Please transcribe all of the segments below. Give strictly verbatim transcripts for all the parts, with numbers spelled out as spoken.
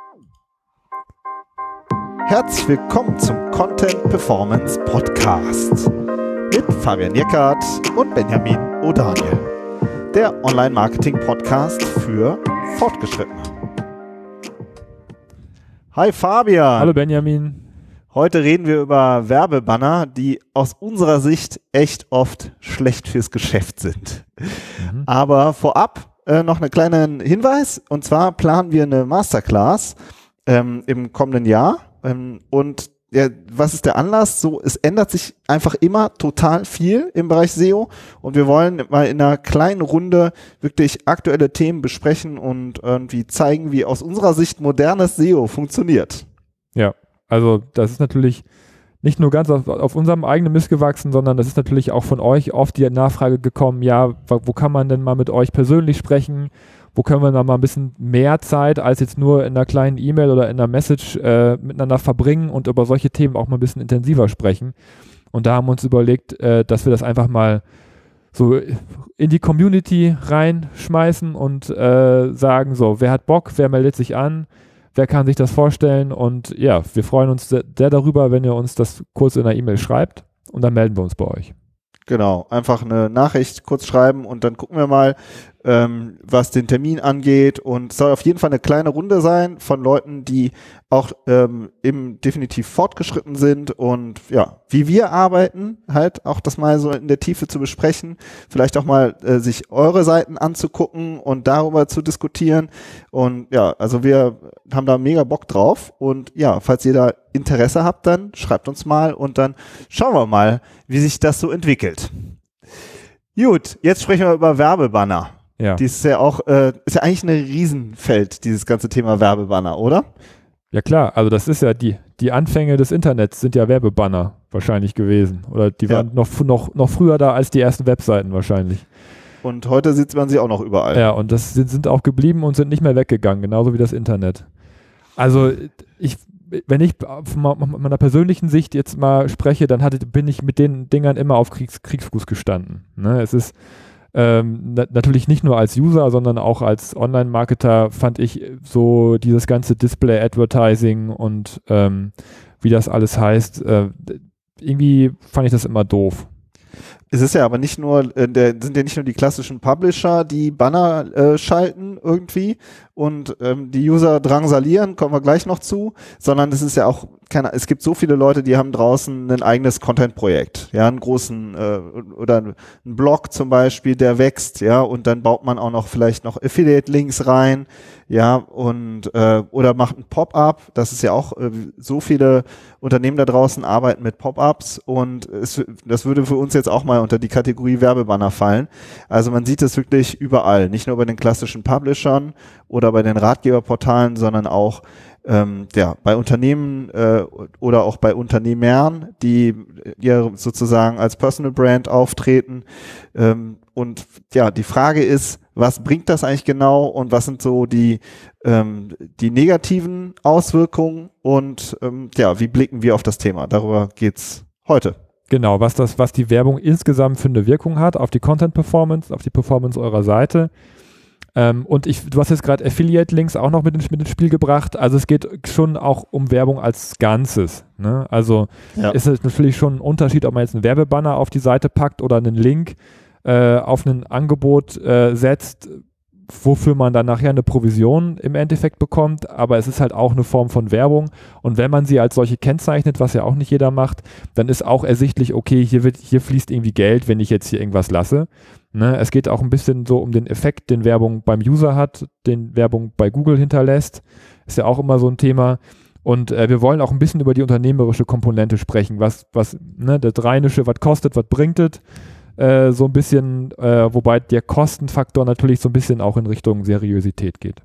Herzlich willkommen zum Content Performance Podcast mit Fabian Jeckert und Benjamin O'Daniel, der Online-Marketing-Podcast für Fortgeschrittene. Hi Fabian. Hallo Benjamin. Heute reden wir über Werbebanner, die aus unserer Sicht echt oft schlecht fürs Geschäft sind. Mhm. Aber vorab äh, noch einen kleinen Hinweis, und zwar planen wir eine Masterclass ähm, im kommenden Jahr. Ähm, und ja, was ist der Anlass? So, es ändert sich einfach immer total viel im Bereich S E O und wir wollen mal in einer kleinen Runde wirklich aktuelle Themen besprechen und irgendwie zeigen, wie aus unserer Sicht modernes S E O funktioniert. Ja, also das ist natürlich nicht nur ganz auf, auf unserem eigenen Mist gewachsen, sondern das ist natürlich auch von euch oft die Nachfrage gekommen, ja, wo kann man denn mal mit euch persönlich sprechen? Wo können wir da mal ein bisschen mehr Zeit als jetzt nur in einer kleinen E-Mail oder in einer Message äh, miteinander verbringen und über solche Themen auch mal ein bisschen intensiver sprechen. Und da haben wir uns überlegt, äh, dass wir das einfach mal so in die Community reinschmeißen und äh, sagen, so, wer hat Bock, wer meldet sich an, wer kann sich das vorstellen? Und ja, wir freuen uns sehr, sehr darüber, wenn ihr uns das kurz in einer E-Mail schreibt und dann melden wir uns bei euch. Genau, einfach eine Nachricht kurz schreiben und dann gucken wir mal, ähm, was den Termin angeht, und es soll auf jeden Fall eine kleine Runde sein von Leuten, die auch ähm, eben definitiv fortgeschritten sind und ja, wie wir arbeiten, halt auch das mal so in der Tiefe zu besprechen, vielleicht auch mal äh, sich eure Seiten anzugucken und darüber zu diskutieren, und ja, also wir haben da mega Bock drauf, und ja, falls ihr da Interesse habt, dann schreibt uns mal und dann schauen wir mal, wie sich das so entwickelt. Gut, jetzt sprechen wir über Werbebanner. Ja. Die ist ja auch, äh, ist ja eigentlich ein Riesenfeld, dieses ganze Thema Werbebanner, oder? Ja klar, also das ist ja die, die Anfänge des Internets sind ja Werbebanner wahrscheinlich gewesen. Oder die waren ja noch, noch, noch früher da als die ersten Webseiten wahrscheinlich. Und heute sieht man sie auch noch überall. Ja, und das sind, sind auch geblieben und sind nicht mehr weggegangen, genauso wie das Internet. Also ich, wenn ich von meiner persönlichen Sicht jetzt mal spreche, dann hatte, bin ich mit den Dingern immer auf Kriegs, Kriegsfuß gestanden. Ne? Es ist ähm, na, natürlich nicht nur als User, sondern auch als Online-Marketer fand ich so dieses ganze Display-Advertising und ähm, wie das alles heißt, äh, irgendwie fand ich das immer doof. Es ist ja aber nicht nur, äh, der, sind ja nicht nur die klassischen Publisher, die Banner äh, schalten irgendwie und ähm, die User drangsalieren, kommen wir gleich noch zu, sondern es ist ja auch, keine, es gibt so viele Leute, die haben draußen ein eigenes Content-Projekt, ja, einen großen äh, oder einen Blog zum Beispiel, der wächst, ja, und dann baut man auch noch vielleicht noch Affiliate-Links rein, ja, und äh, oder macht ein Pop-up, das ist ja auch, äh, so viele Unternehmen da draußen arbeiten mit Pop-ups, und es, das würde für uns jetzt auch mal unter die Kategorie Werbebanner fallen. Also man sieht es wirklich überall, nicht nur bei den klassischen Publishern oder bei den Ratgeberportalen, sondern auch ähm, ja, bei Unternehmen äh, oder auch bei Unternehmern, die ja sozusagen als Personal Brand auftreten. Ähm, und ja, die Frage ist, was bringt das eigentlich genau und was sind so die, ähm, die negativen Auswirkungen, und ähm, ja, wie blicken wir auf das Thema? Darüber geht's heute. Genau, was das, was die Werbung insgesamt für eine Wirkung hat auf die Content Performance, auf die Performance eurer Seite. Ähm, und ich, du hast jetzt gerade Affiliate-Links auch noch mit, in, mit ins Spiel gebracht. Also es geht schon auch um Werbung als Ganzes. Ne? Also ja. Ist es natürlich schon ein Unterschied, ob man jetzt einen Werbebanner auf die Seite packt oder einen Link äh, auf ein Angebot äh, setzt, wofür man dann nachher eine Provision im Endeffekt bekommt, aber es ist halt auch eine Form von Werbung, und wenn man sie als solche kennzeichnet, was ja auch nicht jeder macht, dann ist auch ersichtlich, okay, hier wird, hier fließt irgendwie Geld, wenn ich jetzt hier irgendwas lasse. Ne? Es geht auch ein bisschen so um den Effekt, den Werbung beim User hat, den Werbung bei Google hinterlässt, ist ja auch immer so ein Thema. Und äh, wir wollen auch ein bisschen über die unternehmerische Komponente sprechen, was, was, ne, das Rheinische, was kostet, was bringt es, Äh, so ein bisschen, äh, wobei der Kostenfaktor natürlich so ein bisschen auch in Richtung Seriosität geht.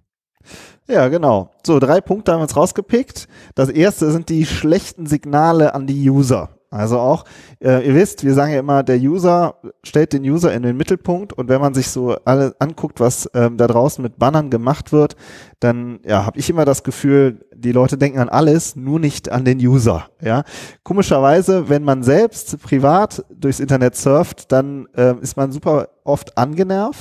Ja, genau. So, drei Punkte haben wir uns rausgepickt. Das erste sind die schlechten Signale an die User. Also auch, äh, ihr wisst, wir sagen ja immer, der User stellt den User in den Mittelpunkt, und wenn man sich so alle anguckt, was ähm, da draußen mit Bannern gemacht wird, dann ja, habe ich immer das Gefühl, die Leute denken an alles, nur nicht an den User. Ja, komischerweise, wenn man selbst privat durchs Internet surft, dann äh, ist man super oft angenervt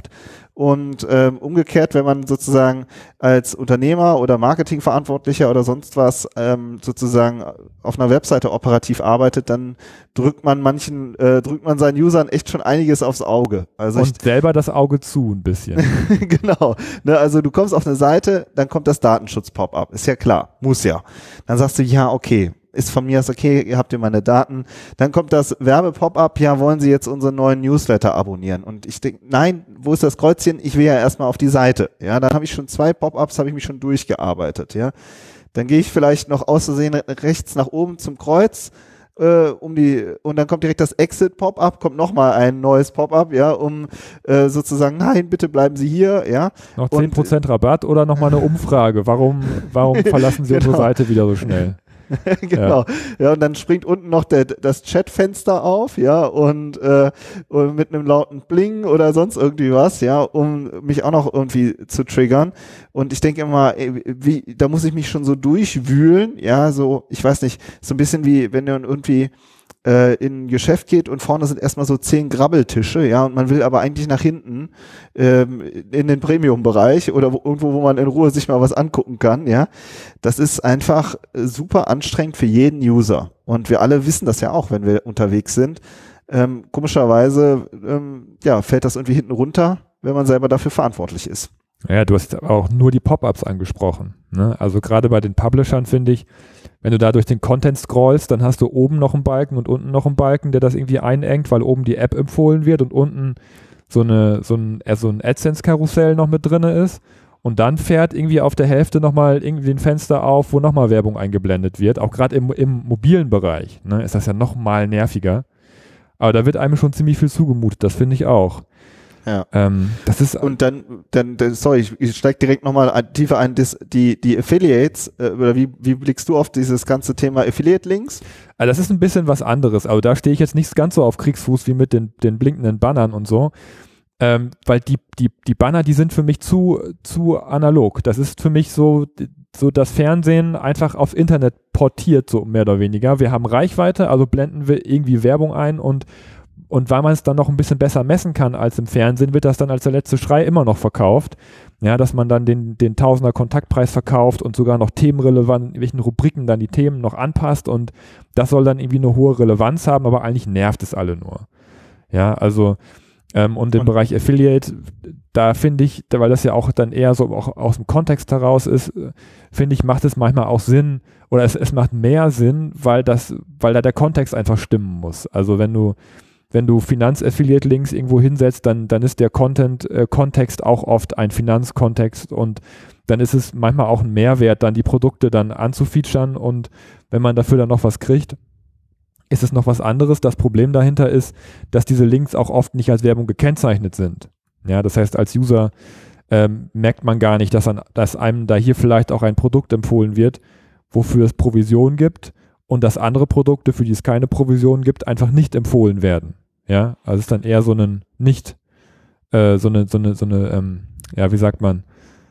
Und ähm, umgekehrt, wenn man sozusagen als Unternehmer oder Marketingverantwortlicher oder sonst was ähm, sozusagen auf einer Webseite operativ arbeitet, dann drückt man manchen, äh, drückt man seinen Usern echt schon einiges aufs Auge. Also Und ich, selber das Auge zu ein bisschen. genau. Ne, also du kommst auf eine Seite, dann kommt das Datenschutz-Pop-up. Ist ja klar, muss ja. Dann sagst du, ja, okay, ist von mir aus okay, ihr habt ihr meine Daten. Dann kommt das Werbe-Pop-up, ja, wollen Sie jetzt unseren neuen Newsletter abonnieren? Und ich denke, nein, wo ist das Kreuzchen? Ich will ja erstmal auf die Seite. Ja, dann habe ich schon zwei Pop-ups, habe ich mich schon durchgearbeitet. Ja, dann gehe ich vielleicht noch aus Versehen rechts nach oben zum Kreuz, äh, um die, und dann kommt direkt das Exit-Pop-up, kommt nochmal ein neues Pop-up, ja, um äh, sozusagen, nein, bitte bleiben Sie hier, ja. Noch zehn Prozent Rabatt oder nochmal eine Umfrage. Warum, warum verlassen Sie genau. unsere Seite wieder so schnell? Genau. Ja. ja, und dann springt unten noch der, das Chatfenster auf, ja, und, äh, und mit einem lauten Bling oder sonst irgendwie was, ja, um mich auch noch irgendwie zu triggern. Und ich denke immer, ey, wie, da muss ich mich schon so durchwühlen, ja, so, ich weiß nicht, so ein bisschen wie, wenn du irgendwie äh, in ein Geschäft geht und vorne sind erstmal so zehn Grabbeltische, ja, und man will aber eigentlich nach hinten ähm, in den Premium-Bereich oder wo, irgendwo, wo man in Ruhe sich mal was angucken kann, ja. Das ist einfach super anstrengend für jeden User. Und wir alle wissen das ja auch, wenn wir unterwegs sind. Ähm, komischerweise, ähm, ja, fällt das irgendwie hinten runter, wenn man selber dafür verantwortlich ist. Ja, du hast auch nur die Pop-ups angesprochen, ne? Also gerade bei den Publishern finde ich, wenn du da durch den Content scrollst, dann hast du oben noch einen Balken und unten noch einen Balken, der das irgendwie einengt, weil oben die App empfohlen wird und unten so eine so ein, so ein AdSense-Karussell noch mit drin ist. Und dann fährt irgendwie auf der Hälfte nochmal irgendwie ein Fenster auf, wo nochmal Werbung eingeblendet wird. Auch gerade im, im mobilen Bereich, ne, ist das ja nochmal nerviger. Aber da wird einem schon ziemlich viel zugemutet, das finde ich auch. Ja. Ähm, das ist und dann, dann, dann sorry, ich, ich steige direkt nochmal tiefer ein, das, die, die Affiliates, äh, oder wie, wie blickst du auf dieses ganze Thema Affiliate-Links? Also das ist ein bisschen was anderes, aber da stehe ich jetzt nicht ganz so auf Kriegsfuß wie mit den, den blinkenden Bannern und so, ähm, weil die, die, die Banner, die sind für mich zu, zu analog. Das ist für mich so, so das Fernsehen einfach aufs Internet portiert, so mehr oder weniger. Wir haben Reichweite, also blenden wir irgendwie Werbung ein und Und weil man es dann noch ein bisschen besser messen kann als im Fernsehen, wird das dann als der letzte Schrei immer noch verkauft. Ja, dass man dann den, den Tausender Kontaktpreis verkauft und sogar noch themenrelevant, in welchen Rubriken dann die Themen noch anpasst und das soll dann irgendwie eine hohe Relevanz haben, aber eigentlich nervt es alle nur. Ja, also ähm, und im und Bereich Affiliate, da finde ich, weil das ja auch dann eher so auch aus dem Kontext heraus ist, finde ich, macht es manchmal auch Sinn oder es, es macht mehr Sinn, weil das, weil da der Kontext einfach stimmen muss. Also wenn du Wenn du Finanz-Affiliate-Links irgendwo hinsetzt, dann, dann ist der Content-Kontext äh, auch oft ein Finanzkontext und dann ist es manchmal auch ein Mehrwert, dann die Produkte dann anzufeaturen und wenn man dafür dann noch was kriegt, ist es noch was anderes. Das Problem dahinter ist, dass diese Links auch oft nicht als Werbung gekennzeichnet sind. Ja, das heißt, als User ähm, merkt man gar nicht, dass, an, dass einem da hier vielleicht auch ein Produkt empfohlen wird, wofür es Provision gibt und dass andere Produkte, für die es keine Provision gibt, einfach nicht empfohlen werden. Ja, also es ist dann eher so ein nicht, äh, so eine, so eine, so eine, ähm, ja, wie sagt man,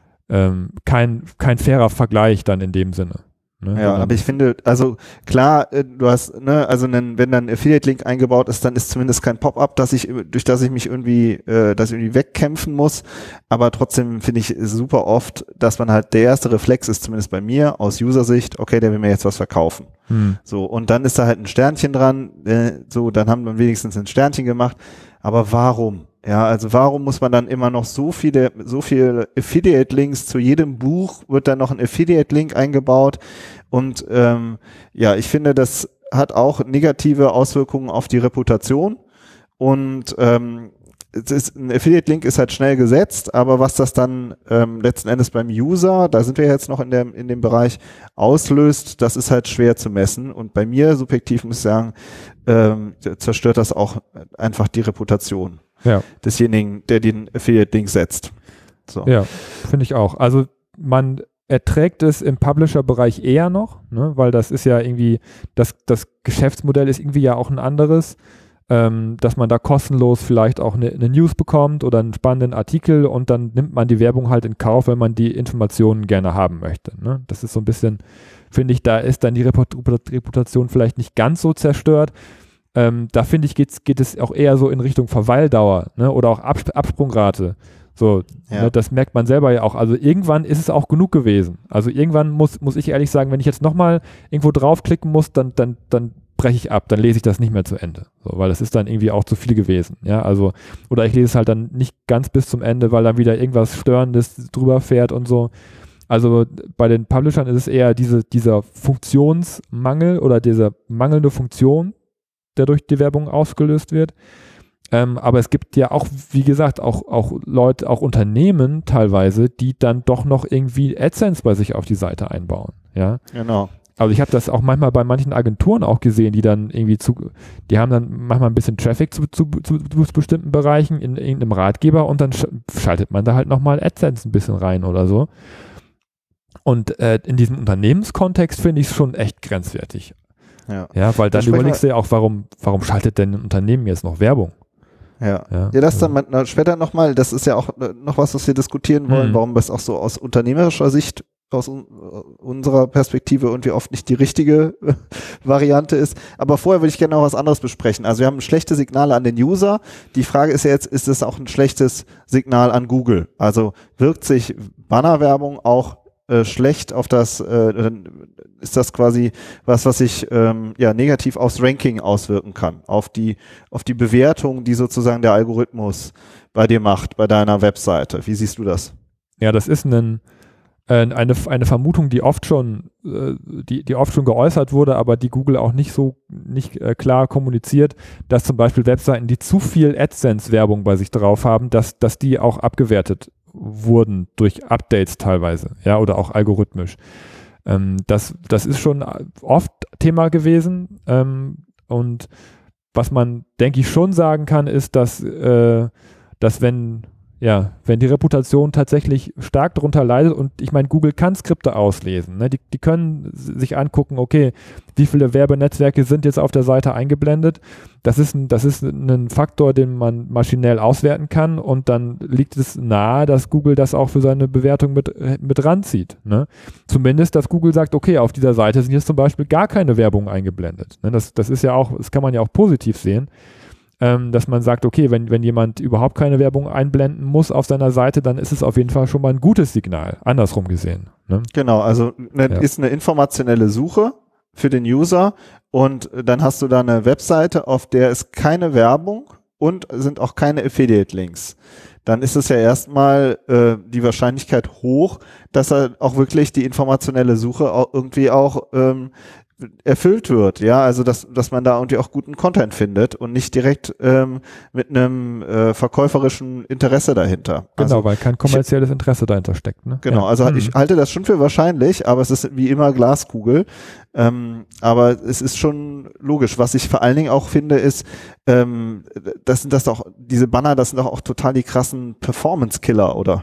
ähm, kein, kein fairer Vergleich dann in dem Sinne. Ne? Ja, aber ich finde, also klar, äh, du hast, ne, also einen, wenn dann ein Affiliate-Link eingebaut ist, dann ist zumindest kein Pop-up, dass ich, durch das ich mich irgendwie, äh, das irgendwie wegkämpfen muss. Aber trotzdem finde ich super oft, dass man halt der erste Reflex ist, zumindest bei mir, aus User-Sicht, okay, der will mir jetzt was verkaufen. Hm. So, und dann ist da halt ein Sternchen dran, äh, so, dann haben wir wenigstens ein Sternchen gemacht. Aber warum? Ja, also warum muss man dann immer noch so viele, so viele Affiliate-Links zu jedem Buch wird dann noch ein Affiliate-Link eingebaut und ähm, ja, ich finde, das hat auch negative Auswirkungen auf die Reputation und ähm, es ist, ein Affiliate-Link ist halt schnell gesetzt, aber was das dann ähm, letzten Endes beim User, da sind wir jetzt noch in dem in dem Bereich, auslöst, das ist halt schwer zu messen und bei mir subjektiv muss ich sagen, ähm, zerstört das auch einfach die Reputation. Ja. Desjenigen, der den Affiliate-Link setzt. So. Ja, finde ich auch. Also man erträgt es im Publisher-Bereich eher noch, ne, weil das ist ja irgendwie, das, das Geschäftsmodell ist irgendwie ja auch ein anderes, ähm, dass man da kostenlos vielleicht auch eine, eine News bekommt oder einen spannenden Artikel und dann nimmt man die Werbung halt in Kauf, wenn man die Informationen gerne haben möchte. Ne? Das ist so ein bisschen, finde ich, da ist dann die Reputation vielleicht nicht ganz so zerstört. Ähm, da finde ich, geht's, geht es auch eher so in Richtung Verweildauer, ne? Oder auch Absp- Absprungrate. So, Ja. ne, das merkt man selber ja auch. Also irgendwann ist es auch genug gewesen. Also irgendwann muss, muss ich ehrlich sagen, wenn ich jetzt nochmal irgendwo draufklicken muss, dann, dann, dann breche ich ab, dann lese ich das nicht mehr zu Ende. So, weil das ist dann irgendwie auch zu viel gewesen. Ja, also, oder ich lese es halt dann nicht ganz bis zum Ende, weil dann wieder irgendwas Störendes drüber fährt und so. Also bei den Publishern ist es eher diese, dieser Funktionsmangel oder diese mangelnde Funktion, der durch die Werbung ausgelöst wird. Ähm, aber es gibt ja auch, wie gesagt, auch, auch Leute, auch Unternehmen teilweise, die dann doch noch irgendwie AdSense bei sich auf die Seite einbauen. Ja, Genau. also ich habe das auch manchmal bei manchen Agenturen auch gesehen, die dann irgendwie zu, die haben dann manchmal ein bisschen Traffic zu, zu, zu, zu bestimmten Bereichen in irgendeinem Ratgeber und dann sch schaltet man da halt nochmal AdSense ein bisschen rein oder so. Und äh, in diesem Unternehmenskontext finde ich es schon echt grenzwertig. Ja, ja weil dann Da überlegst du ja auch, warum, warum schaltet denn ein Unternehmen jetzt noch Werbung? Ja. Ja, ja, das dann also. mal, später nochmal, das ist ja auch noch was, was wir diskutieren wollen, Mhm. warum das auch so aus unternehmerischer Sicht, aus un unserer Perspektive irgendwie oft nicht die richtige Variante ist. Aber vorher würde ich gerne noch was anderes besprechen. Also wir haben schlechte Signale an den User. Die Frage ist ja jetzt, ist es auch ein schlechtes Signal an Google? Also wirkt sich Bannerwerbung auch äh, schlecht auf das, äh, dann ist das quasi was, was sich ähm, ja negativ aufs Ranking auswirken kann, auf die, auf die Bewertung, die sozusagen der Algorithmus bei dir macht, bei deiner Webseite. Wie siehst du das? Ja, das ist ein, äh, eine, eine Vermutung, die oft schon, äh, die, die oft schon geäußert wurde, aber die Google auch nicht so nicht äh, klar kommuniziert, dass zum Beispiel Webseiten, die zu viel AdSense-Werbung bei sich drauf haben, dass, dass die auch abgewertet wurden durch Updates teilweise, ja, oder auch algorithmisch. Ähm, das, das ist schon oft Thema gewesen. Ähm, und was man, denke ich, schon sagen kann, ist, dass, äh, dass wenn, ja, wenn die Reputation tatsächlich stark darunter leidet, und ich meine, Google kann Skripte auslesen, ne? die, die können sich angucken, okay, wie viele Werbenetzwerke sind jetzt auf der Seite eingeblendet. Das ist ein, das ist ein Faktor, den man maschinell auswerten kann, und dann liegt es nahe, dass Google das auch für seine Bewertung mit, mit ranzieht. Ne? Zumindest, dass Google sagt, okay, auf dieser Seite sind jetzt zum Beispiel gar keine Werbung eingeblendet. Ne? Das, das ist ja auch, das kann man ja auch positiv sehen. Ähm, dass man sagt, okay, wenn, wenn jemand überhaupt keine Werbung einblenden muss auf seiner Seite, dann ist es auf jeden Fall schon mal ein gutes Signal, andersrum gesehen. Ne? Genau, also ne, Ja. ist eine informationelle Suche für den User, und dann hast du da eine Webseite, auf der ist keine Werbung und sind auch keine Affiliate-Links. Dann ist es ja erstmal äh, die Wahrscheinlichkeit hoch, dass er auch wirklich die informationelle Suche auch irgendwie auch ähm, erfüllt wird, ja, also dass dass man da irgendwie auch guten Content findet und nicht direkt ähm, mit einem äh, verkäuferischen Interesse dahinter. Genau, Also, weil kein kommerzielles Interesse dahinter steckt. Ne? genau, Ja. also Mhm. ich halte das schon für wahrscheinlich, aber es ist wie immer Glaskugel. Ähm, aber es ist schon logisch. Was ich vor allen Dingen auch finde, ist, ähm, das sind das doch, diese Banner, das sind doch auch total die krassen Performance-Killer, oder?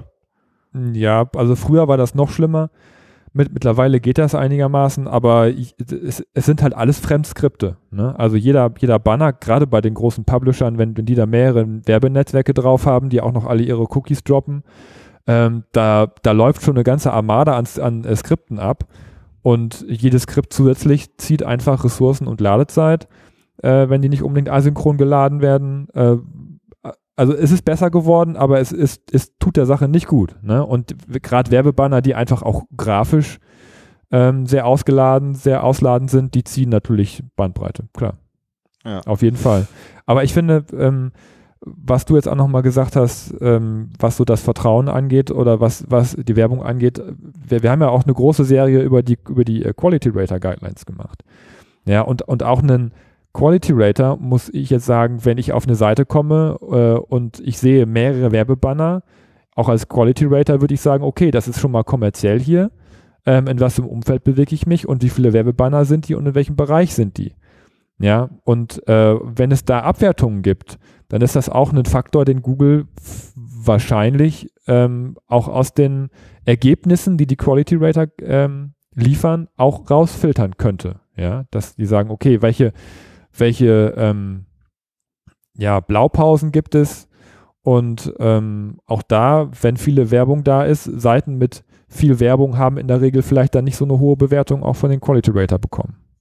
Ja, also früher war das noch schlimmer. Mit, mittlerweile geht das einigermaßen, aber ich, es, es sind halt alles Fremdskripte. Ne? Also jeder, jeder Banner, gerade bei den großen Publishern, wenn, wenn die da mehrere Werbenetzwerke drauf haben, die auch noch alle ihre Cookies droppen, ähm, da, da läuft schon eine ganze Armada an, an äh, Skripten ab, und jedes Skript zusätzlich zieht einfach Ressourcen und Ladezeit, äh, wenn die nicht unbedingt asynchron geladen werden. Äh, Also es ist besser geworden, aber es ist, es tut der Sache nicht gut. Ne? Und gerade Werbebanner, die einfach auch grafisch ähm, sehr ausgeladen, sehr ausladend sind, die ziehen natürlich Bandbreite, klar. Ja. Auf jeden Fall. Aber ich finde, ähm, was du jetzt auch nochmal gesagt hast, ähm, was so das Vertrauen angeht oder was, was die Werbung angeht, wir, wir haben ja auch eine große Serie über die, über die äh, Quality Rater Guidelines gemacht. Ja, und, und auch einen Quality Rater, muss ich jetzt sagen, wenn ich auf eine Seite komme äh, und ich sehe mehrere Werbebanner, auch als Quality Rater würde ich sagen, okay, das ist schon mal kommerziell hier, ähm, in was für einem Umfeld bewege ich mich und wie viele Werbebanner sind die und in welchem Bereich sind die. Ja, und äh, wenn es da Abwertungen gibt, dann ist das auch ein Faktor, den Google wahrscheinlich ähm, auch aus den Ergebnissen, die die Quality Rater ähm, liefern, auch rausfiltern könnte. Ja, dass die sagen, okay, welche welche ähm, ja, Blaupausen gibt es, und ähm, auch da, wenn viele Werbung da ist, Seiten mit viel Werbung haben in der Regel vielleicht dann nicht so eine hohe Bewertung auch von den Quality Rater bekommen.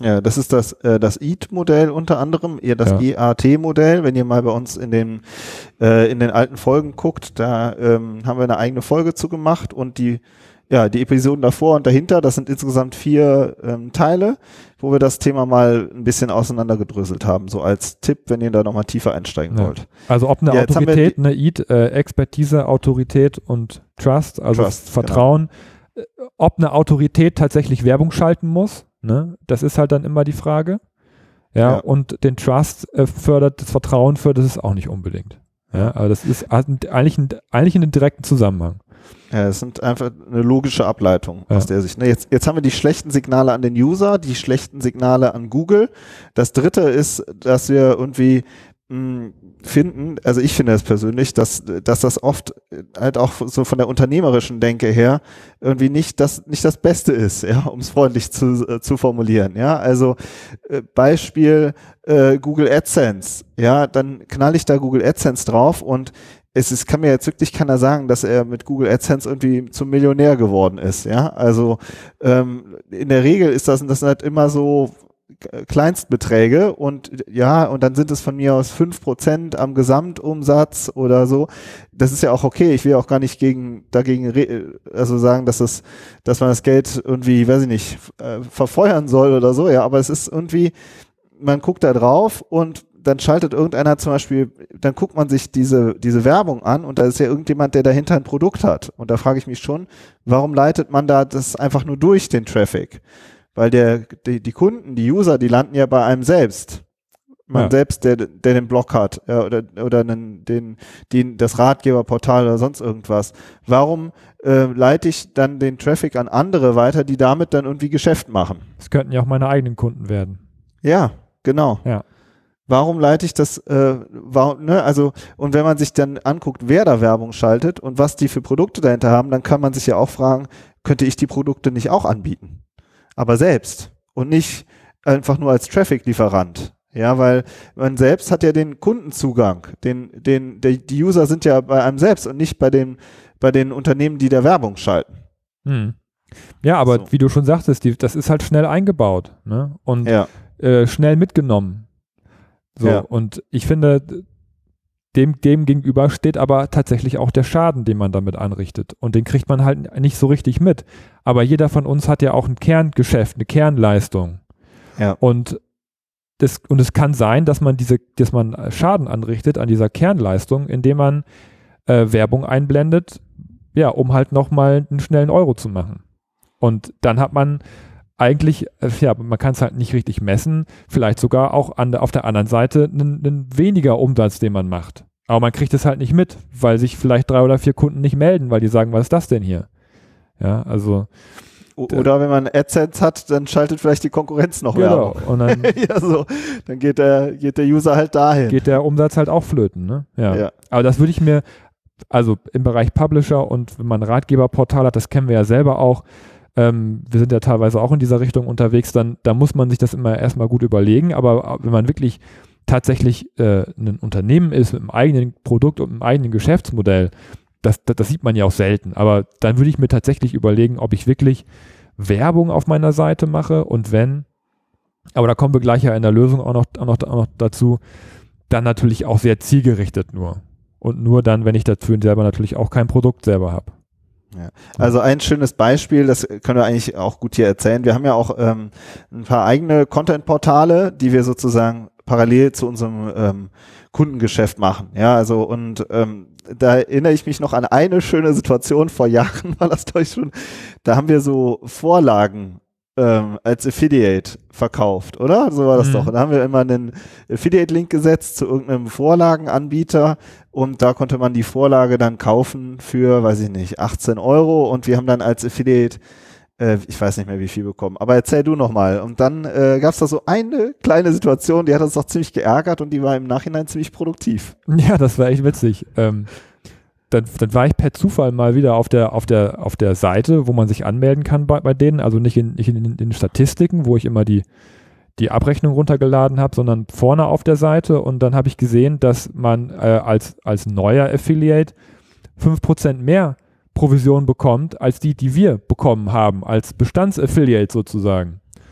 Ja, das ist das, äh, das E A T-Modell unter anderem, eher das Ja. E A T-Modell. Wenn ihr mal bei uns in den, äh, in den alten Folgen guckt, da ähm, haben wir eine eigene Folge zu gemacht und die, ja, die Episoden davor und dahinter, das sind insgesamt vier ähm, Teile, wo wir das Thema mal ein bisschen auseinandergedröselt haben, so als Tipp, wenn ihr da nochmal tiefer einsteigen Ja. wollt. Also ob eine Ja, jetzt haben wir Autorität, die- eine E A T, äh, Expertise, Autorität und Trust, also Trust, Vertrauen, äh, ob eine Autorität tatsächlich Werbung schalten muss, ne? Das ist halt dann immer die Frage. Ja, Ja. und den Trust äh, fördert, das Vertrauen fördert es auch nicht unbedingt. Ja, aber das ist hat ein- eigentlich, ein, eigentlich in einem direkten Zusammenhang. Ja, es sind einfach eine logische Ableitung Ja. aus der Sicht. Ne, jetzt, jetzt haben wir die schlechten Signale an den User, die schlechten Signale an Google. Das dritte ist, dass wir irgendwie mh, finden, also ich finde es persönlich, dass, dass das oft halt auch so von der unternehmerischen Denke her irgendwie nicht das, nicht das Beste ist, ja, um es freundlich zu, äh, zu formulieren, ja. Also äh, Beispiel äh, Google AdSense, ja, dann knall ich da Google AdSense drauf und es ist, kann mir jetzt wirklich keiner sagen, dass er mit Google AdSense irgendwie zum Millionär geworden ist, ja. Also ähm, in der Regel ist das, das sind halt immer so Kleinstbeträge und ja, und dann sind es von mir aus fünf Prozent am Gesamtumsatz oder so. Das ist ja auch okay. Ich will auch gar nicht gegen, dagegen, re- also sagen, dass es, dass man das Geld irgendwie, weiß ich nicht, äh, verfeuern soll oder so, ja, aber es ist irgendwie, man guckt da drauf und dann schaltet irgendeiner zum Beispiel, dann guckt man sich diese, diese Werbung an und da ist ja irgendjemand, der dahinter ein Produkt hat. Und da frage ich mich schon, warum leitet man da das einfach nur durch den Traffic? Weil der, die, die Kunden, die User, die landen ja bei einem selbst. Man Ja. selbst, der, der den Blog hat, ja, oder, oder einen, den, den, das Ratgeberportal oder sonst irgendwas. Warum äh, leite ich dann den Traffic an andere weiter, die damit dann irgendwie Geschäft machen? Das könnten ja auch meine eigenen Kunden werden. Ja, genau. Ja. Warum leite ich das, äh, warum, ne, also, und wenn man sich dann anguckt, wer da Werbung schaltet und was die für Produkte dahinter haben, dann kann man sich ja auch fragen, könnte ich die Produkte nicht auch anbieten? Aber selbst und nicht einfach nur als Traffic-Lieferant. Ja, weil man selbst hat ja den Kundenzugang, den, den, der, die User sind ja bei einem selbst und nicht bei den, bei den Unternehmen, die da Werbung schalten. Hm. Ja, aber So. wie du schon sagtest, die, das ist halt schnell eingebaut, ne? Und Ja, äh, schnell mitgenommen. So, Ja. und ich finde, dem, dem gegenüber steht aber tatsächlich auch der Schaden, den man damit anrichtet. Und den kriegt man halt nicht so richtig mit. Aber jeder von uns hat ja auch ein Kerngeschäft, eine Kernleistung. ja, Und das, und es kann sein, dass man diese, dass man Schaden anrichtet an dieser Kernleistung, indem man äh, Werbung einblendet, ja, um halt nochmal einen schnellen Euro zu machen. Und dann hat man eigentlich, äh, ja, man kann es halt nicht richtig messen, vielleicht sogar auch an der, auf der anderen Seite einen, einen weniger Umsatz, den man macht. Aber man kriegt es halt nicht mit, weil sich vielleicht drei oder vier Kunden nicht melden, weil die sagen, was ist das denn hier? Ja, also. O- Oder wenn man AdSense hat, dann schaltet vielleicht die Konkurrenz noch Genau. Werbung. Und dann Ja, so, dann geht der, geht der User halt dahin. geht der Umsatz halt auch flöten, ne? Ja. Ja. Aber das würde ich mir, also im Bereich Publisher und wenn man ein Ratgeberportal hat, das kennen wir ja selber auch, ähm, wir sind ja teilweise auch in dieser Richtung unterwegs, dann da muss man sich das immer erstmal gut überlegen, aber wenn man wirklich tatsächlich äh, ein Unternehmen ist mit einem eigenen Produkt und einem eigenen Geschäftsmodell, das, das, das sieht man ja auch selten, aber dann würde ich mir tatsächlich überlegen, ob ich wirklich Werbung auf meiner Seite mache und wenn, aber da kommen wir gleich ja in der Lösung auch noch, auch noch, auch noch dazu, dann natürlich auch sehr zielgerichtet nur. Und nur dann, wenn ich dafür selber natürlich auch kein Produkt selber habe. Ja. Also ein schönes Beispiel, das können wir eigentlich auch gut hier erzählen. Wir haben ja auch ähm, ein paar eigene Content-Portale, die wir sozusagen parallel zu unserem ähm, Kundengeschäft machen. Ja, also und ähm, da erinnere ich mich noch an eine schöne Situation vor Jahren, war das glaube ich schon. Da haben wir so Vorlagen ähm, als Affiliate verkauft, oder? So war das Mhm. doch. Und da haben wir immer einen Affiliate-Link gesetzt zu irgendeinem Vorlagenanbieter und da konnte man die Vorlage dann kaufen für, weiß ich nicht, achtzehn Euro und wir haben dann als Affiliate, äh, ich weiß nicht mehr wie viel bekommen, aber erzähl du nochmal. Und dann äh, gab es da so eine kleine Situation, die hat uns doch ziemlich geärgert und die war im Nachhinein ziemlich produktiv. Ja, das war echt witzig. Ähm, dann, dann war ich per Zufall mal wieder auf der, auf der, auf der Seite, wo man sich anmelden kann bei, bei denen, also nicht in, nicht in, in den Statistiken, wo ich immer die, die Abrechnung runtergeladen habe, sondern vorne auf der Seite und dann habe ich gesehen, dass man äh, als, als neuer Affiliate fünf Prozent mehr Provision bekommt, als die, die wir bekommen haben, als Bestandsaffiliate sozusagen.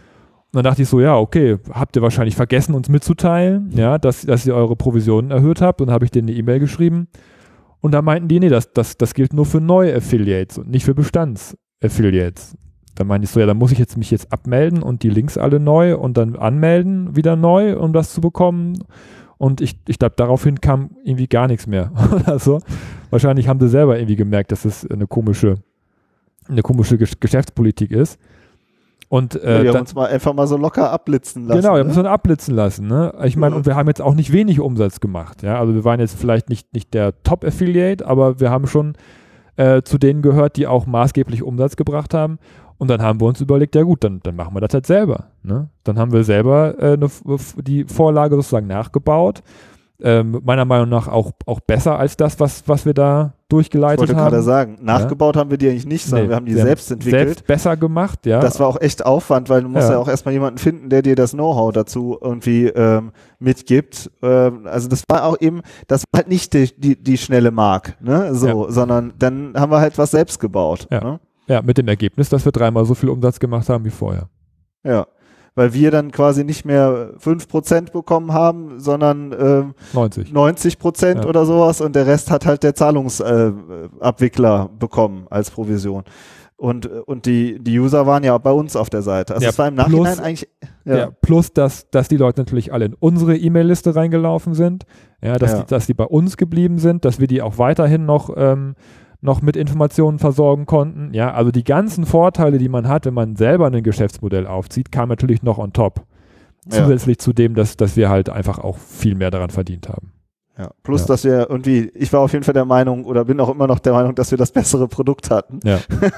dann dachte ich so, ja, okay, habt ihr wahrscheinlich vergessen, uns mitzuteilen, ja, dass, dass ihr eure Provisionen erhöht habt. Und dann habe ich denen eine E-Mail geschrieben. Und da meinten die, nee, das, das, das gilt nur für neue Affiliates und nicht für Bestands-Affiliates. Da meinte ich so, ja, dann muss ich jetzt mich jetzt abmelden und die Links alle neu und dann anmelden, wieder neu, um das zu bekommen. Und ich, ich glaube, daraufhin kam irgendwie gar nichts mehr oder so. Wahrscheinlich haben sie selber irgendwie gemerkt, dass es eine komische, eine komische Geschäftspolitik ist. Und, äh, ja, die haben dann, uns mal einfach mal so locker abblitzen lassen. Genau, wir ne? haben uns dann abblitzen lassen. Ne? Ich meine, ja. und wir haben jetzt auch nicht wenig Umsatz gemacht. Ja? Also wir waren jetzt vielleicht nicht, nicht der Top-Affiliate, aber wir haben schon äh, zu denen gehört, die auch maßgeblich Umsatz gebracht haben. Und dann haben wir uns überlegt, ja gut, dann, dann machen wir das halt selber. Ne? Dann haben wir selber äh, ne, die Vorlage sozusagen nachgebaut. Ähm, meiner Meinung nach auch, auch besser als das, was, was wir da durchgeleitet haben. Ich wollte haben. gerade sagen, nachgebaut ja. haben wir die eigentlich nicht, sondern nee, wir haben die wir selbst haben entwickelt. Selbst besser gemacht, ja. Das war auch echt Aufwand, weil du musst ja, ja auch erstmal jemanden finden, der dir das Know-how dazu irgendwie ähm, mitgibt. Ähm, also das war auch eben, das war halt nicht die, die, die schnelle Mark, ne? So, ja. sondern dann haben wir halt was selbst gebaut. Ja. Ne? Ja, mit dem Ergebnis, dass wir dreimal so viel Umsatz gemacht haben wie vorher. Ja, weil wir dann quasi nicht mehr fünf Prozent bekommen haben, sondern ähm, neunzig. neunzig Prozent ja. oder sowas und der Rest hat halt der Zahlungsabwickler äh, bekommen als Provision. Und, und die, die User waren ja auch bei uns auf der Seite. Also ja, es war im Nachhinein plus, eigentlich... Ja. Ja, plus, dass, dass die Leute natürlich alle in unsere E-Mail-Liste reingelaufen sind, ja, dass, ja. Die, dass die bei uns geblieben sind, dass wir die auch weiterhin noch... Ähm, noch mit Informationen versorgen konnten. Ja, also die ganzen Vorteile, die man hat, wenn man selber ein Geschäftsmodell aufzieht, kamen natürlich noch on top. Zusätzlich ja. zu dem, dass, dass wir halt einfach auch viel mehr daran verdient haben. Ja, plus, ja. dass wir irgendwie, ich war auf jeden Fall der Meinung oder bin auch immer noch der Meinung, dass wir das bessere Produkt hatten. Ja.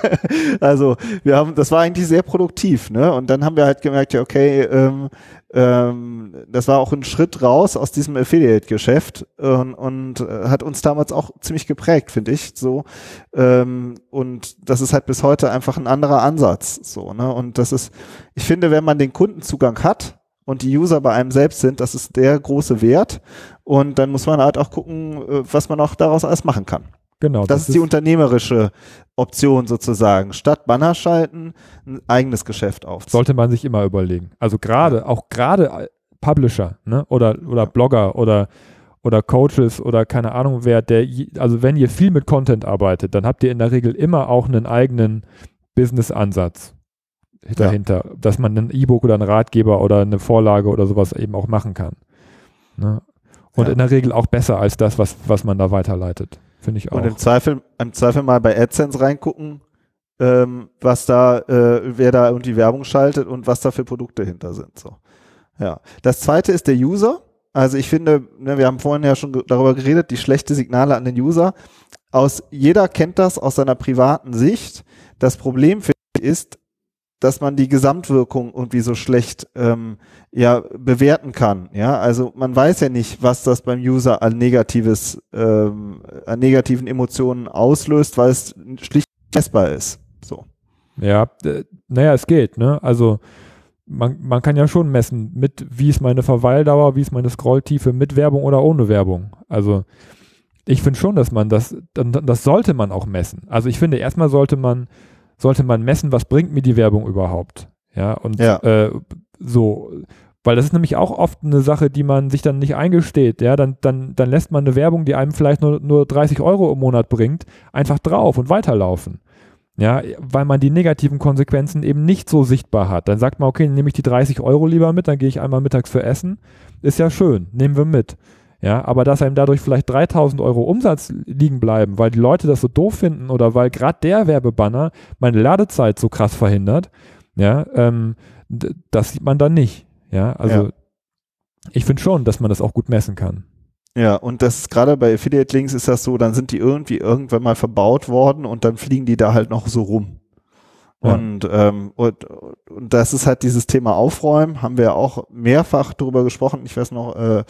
Also wir haben, das war eigentlich sehr produktiv, ne? Und dann haben wir halt gemerkt, ja, okay, ähm, ähm, das war auch ein Schritt raus aus diesem Affiliate-Geschäft und, und äh, hat uns damals auch ziemlich geprägt, finde ich. So ähm, und das ist halt bis heute einfach ein anderer Ansatz. So, ne? Und das ist, ich finde, wenn man den Kundenzugang hat und die User bei einem selbst sind, das ist der große Wert. Und dann muss man halt auch gucken, was man auch daraus alles machen kann. Genau. Das, das ist die ist unternehmerische Option sozusagen. Statt Banner schalten, ein eigenes Geschäft aufzubauen. Sollte man sich immer überlegen. Also gerade, auch gerade Publisher, ne? oder, oder Blogger oder, oder Coaches oder keine Ahnung wer, der, also wenn ihr viel mit Content arbeitet, dann habt ihr in der Regel immer auch einen eigenen Business-Ansatz dahinter, ja. dass man ein E-Book oder einen Ratgeber oder eine Vorlage oder sowas eben auch machen kann. Ne? Und ja. in der Regel auch besser als das, was, was man da weiterleitet. Finde ich auch. Und im Zweifel, im Zweifel mal bei AdSense reingucken, ähm, was da, äh, wer da irgendwie Werbung schaltet und was da für Produkte hinter sind. So. Ja. Das zweite ist der User. Also ich finde, ne, wir haben vorhin ja schon darüber geredet, die schlechte Signale an den User. Aus, jeder kennt das aus seiner privaten Sicht. Das Problem finde ich ist, dass man die Gesamtwirkung irgendwie so schlecht ähm, ja bewerten kann. Ja, also man weiß ja nicht, was das beim User an negatives, ähm, an negativen Emotionen auslöst, weil es schlicht messbar ist. So. Ja, äh, naja, es geht. Ne, also man, man kann ja schon messen, mit wie ist meine Verweildauer, wie ist meine Scrolltiefe, mit Werbung oder ohne Werbung. Also ich finde schon, dass man das, das sollte man auch messen. Also ich finde, erstmal sollte man sollte man messen, was bringt mir die Werbung überhaupt. Ja, und ja. Äh, so, weil das ist nämlich auch oft eine Sache, die man sich dann nicht eingesteht. Ja, dann, dann, dann lässt man eine Werbung, die einem vielleicht nur, nur dreißig Euro im Monat bringt, einfach drauf und weiterlaufen. Ja, weil man die negativen Konsequenzen eben nicht so sichtbar hat. Dann sagt man, okay, nehme ich die dreißig Euro lieber mit, dann gehe ich einmal mittags für Essen. Ist ja schön, nehmen wir mit. Ja, aber dass einem dadurch vielleicht dreitausend Euro Umsatz liegen bleiben, weil die Leute das so doof finden oder weil gerade der Werbebanner meine Ladezeit so krass verhindert, ja, ähm, d- das sieht man dann nicht. Ja, also ja. ich finde schon, dass man das auch gut messen kann. Ja, und das ist gerade bei Affiliate Links ist das so, dann sind die irgendwie irgendwann mal verbaut worden und dann fliegen die da halt noch so rum. Ja. Und, ähm, und, und das ist halt dieses Thema Aufräumen, haben wir ja auch mehrfach drüber gesprochen. Ich weiß noch, äh,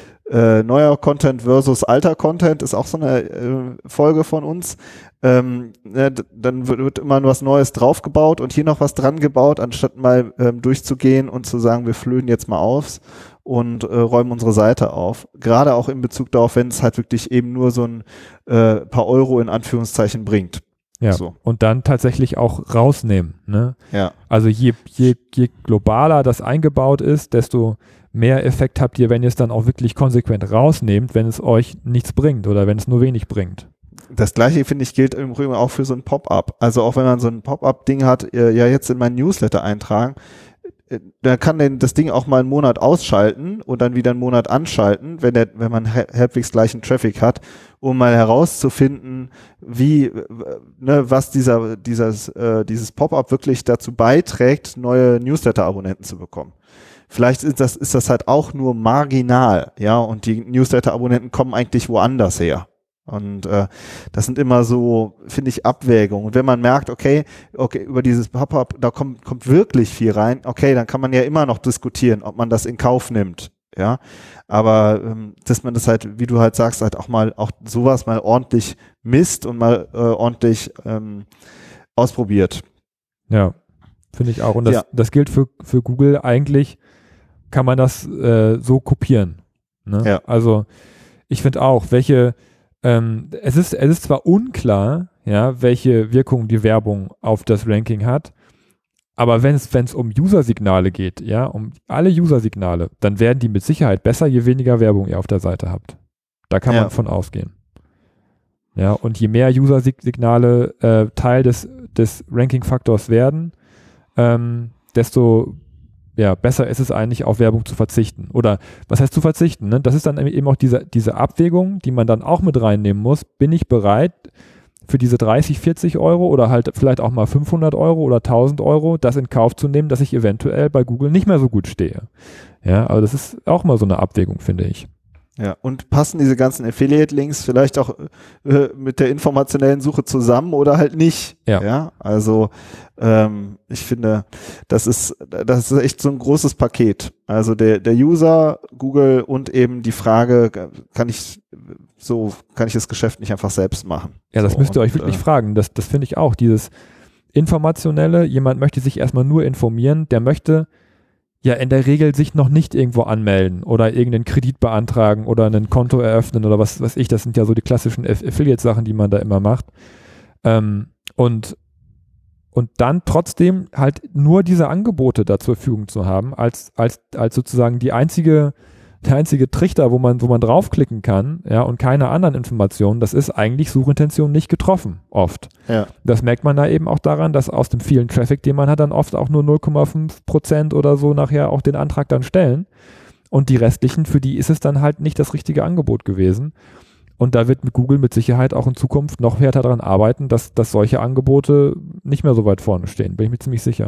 Äh, neuer Content versus alter Content ist auch so eine äh, Folge von uns. Ähm, ne, d- dann wird, wird immer was Neues draufgebaut und hier noch was dran gebaut, anstatt mal ähm, durchzugehen und zu sagen, wir flöhen jetzt mal auf und äh, räumen unsere Seite auf. Gerade auch in Bezug darauf, wenn es halt wirklich eben nur so ein äh, paar Euro in Anführungszeichen bringt. Ja, so. Und dann tatsächlich auch rausnehmen. Ne? Ja. Also je, je, je globaler das eingebaut ist, desto mehr Effekt habt ihr, wenn ihr es dann auch wirklich konsequent rausnehmt, wenn es euch nichts bringt oder wenn es nur wenig bringt. Das gleiche, finde ich, gilt im Übrigen auch für so ein Pop-up. Also auch wenn man so ein Pop-up-Ding hat, äh, ja jetzt in meinen Newsletter eintragen, äh, da kann denn das Ding auch mal einen Monat ausschalten und dann wieder einen Monat anschalten, wenn der, wenn man halbwegs gleichen Traffic hat, um mal herauszufinden, wie, äh, ne, was dieser, dieses, äh, dieses Pop-up wirklich dazu beiträgt, neue Newsletter-Abonnenten zu bekommen. Vielleicht ist das, ist das halt auch nur marginal, ja, und die Newsletter-Abonnenten kommen eigentlich woanders her. Und äh, das sind immer so, finde ich, Abwägungen. Und wenn man merkt, okay, okay, über dieses Pop-up, da kommt, kommt wirklich viel rein, okay, dann kann man ja immer noch diskutieren, ob man das in Kauf nimmt, ja. Aber ähm, dass man das halt, wie du halt sagst, halt auch mal, auch sowas mal ordentlich misst und mal äh, ordentlich ähm, ausprobiert. Ja, finde ich auch. Und das, ja. das gilt für, für Google eigentlich, kann man das äh, so kopieren. Ne? Ja. Also ich finde auch, welche Ähm, es ist, es ist zwar unklar, ja, welche Wirkung die Werbung auf das Ranking hat, aber wenn es, wenn es um User-Signale geht, ja, um alle User-Signale, dann werden die mit Sicherheit besser, je weniger Werbung ihr auf der Seite habt. Da kann ja. man von ausgehen. Ja, und je mehr User-Signale äh, Teil des, des Ranking-Faktors werden, ähm, desto ja, besser ist es eigentlich, auf Werbung zu verzichten. Oder was heißt zu verzichten? Ne? Das ist dann eben auch diese, diese Abwägung, die man dann auch mit reinnehmen muss. Bin ich bereit, für diese dreißig, vierzig Euro oder halt vielleicht auch mal fünfhundert Euro oder tausend Euro das in Kauf zu nehmen, dass ich eventuell bei Google nicht mehr so gut stehe? Ja, aber das ist auch mal so eine Abwägung, finde ich. Ja, und passen diese ganzen Affiliate-Links vielleicht auch äh, mit der informationellen Suche zusammen oder halt nicht? Ja. Ja, also ähm, ich finde, das ist das ist echt so ein großes Paket. Also der der User, Google und eben die Frage, kann ich so kann ich das Geschäft nicht einfach selbst machen? Ja, das so, müsst ihr und, euch wirklich äh, fragen. Das das finde ich auch. Dieses Informationelle, jemand möchte sich erstmal nur informieren, der möchte ja in der Regel sich noch nicht irgendwo anmelden oder irgendeinen Kredit beantragen oder ein Konto eröffnen oder was weiß ich. Das sind ja so die klassischen Affiliate-Sachen, die man da immer macht. Ähm, und, und dann trotzdem halt nur diese Angebote da zur Verfügung zu haben, als, als, als sozusagen die einzige, der einzige Trichter, wo man, wo man draufklicken kann, ja, und keine anderen Informationen, das ist eigentlich Suchintention nicht getroffen, oft. Ja. Das merkt man da eben auch daran, dass aus dem vielen Traffic, den man hat, dann oft auch nur null Komma fünf Prozent oder so nachher auch den Antrag dann stellen. Und die restlichen, für die ist es dann halt nicht das richtige Angebot gewesen. Und da wird mit Google mit Sicherheit auch in Zukunft noch härter daran arbeiten, dass, dass solche Angebote nicht mehr so weit vorne stehen, bin ich mir ziemlich sicher.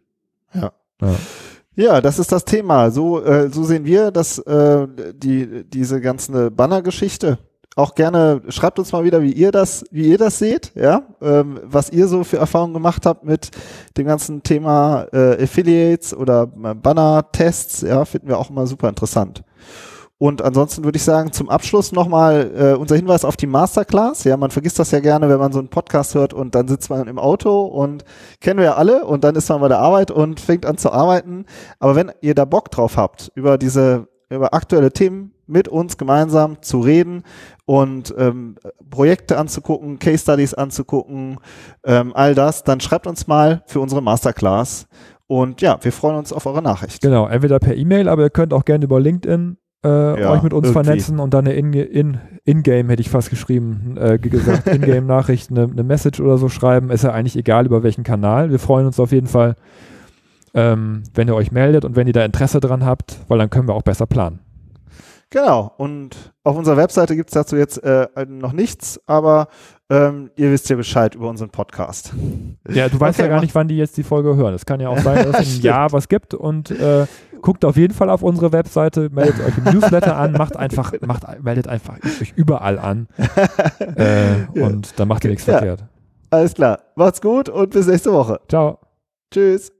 Ja. Ja. Ja, das ist das Thema. So, äh, so sehen wir das, äh, die, diese ganze Banner-Geschichte. Auch gerne schreibt uns mal wieder, wie ihr das, wie ihr das seht, ja, ähm, was ihr so für Erfahrungen gemacht habt mit dem ganzen Thema äh, Affiliates oder Banner-Tests, ja, finden wir auch immer super interessant. Und ansonsten würde ich sagen, zum Abschluss nochmal äh, unser Hinweis auf die Masterclass. Ja, man vergisst das ja gerne, wenn man so einen Podcast hört und dann sitzt man im Auto und kennen wir ja alle und dann ist man bei der Arbeit und fängt an zu arbeiten. Aber wenn ihr da Bock drauf habt, über diese, über aktuelle Themen mit uns gemeinsam zu reden und ähm, Projekte anzugucken, Case Studies anzugucken, ähm, all das, dann schreibt uns mal für unsere Masterclass. Und ja, wir freuen uns auf eure Nachricht. Genau, entweder per E-Mail, aber ihr könnt auch gerne über LinkedIn Äh, Ja, euch mit uns irgendwie. vernetzen und dann eine In- In- In-Game, hätte ich fast geschrieben, äh, gesagt, In-Game-Nachricht, eine, eine Message oder so schreiben. Ist ja eigentlich egal, über welchen Kanal. Wir freuen uns auf jeden Fall, ähm, wenn ihr euch meldet und wenn ihr da Interesse dran habt, weil dann können wir auch besser planen. Genau, und auf unserer Webseite gibt es dazu jetzt äh, noch nichts, aber ähm, ihr wisst ja Bescheid über unseren Podcast. Ja, du weißt Okay, ja gar mach- nicht, wann die jetzt die Folge hören. Es kann ja auch sein, dass es im Stimmt. Jahr was gibt und äh, guckt auf jeden Fall auf unsere Webseite, meldet euch im Newsletter an, macht einfach, macht, meldet einfach euch überall an äh, Ja. und dann macht ihr nichts Ja. verkehrt. Alles klar, macht's gut und bis nächste Woche. Ciao. Tschüss.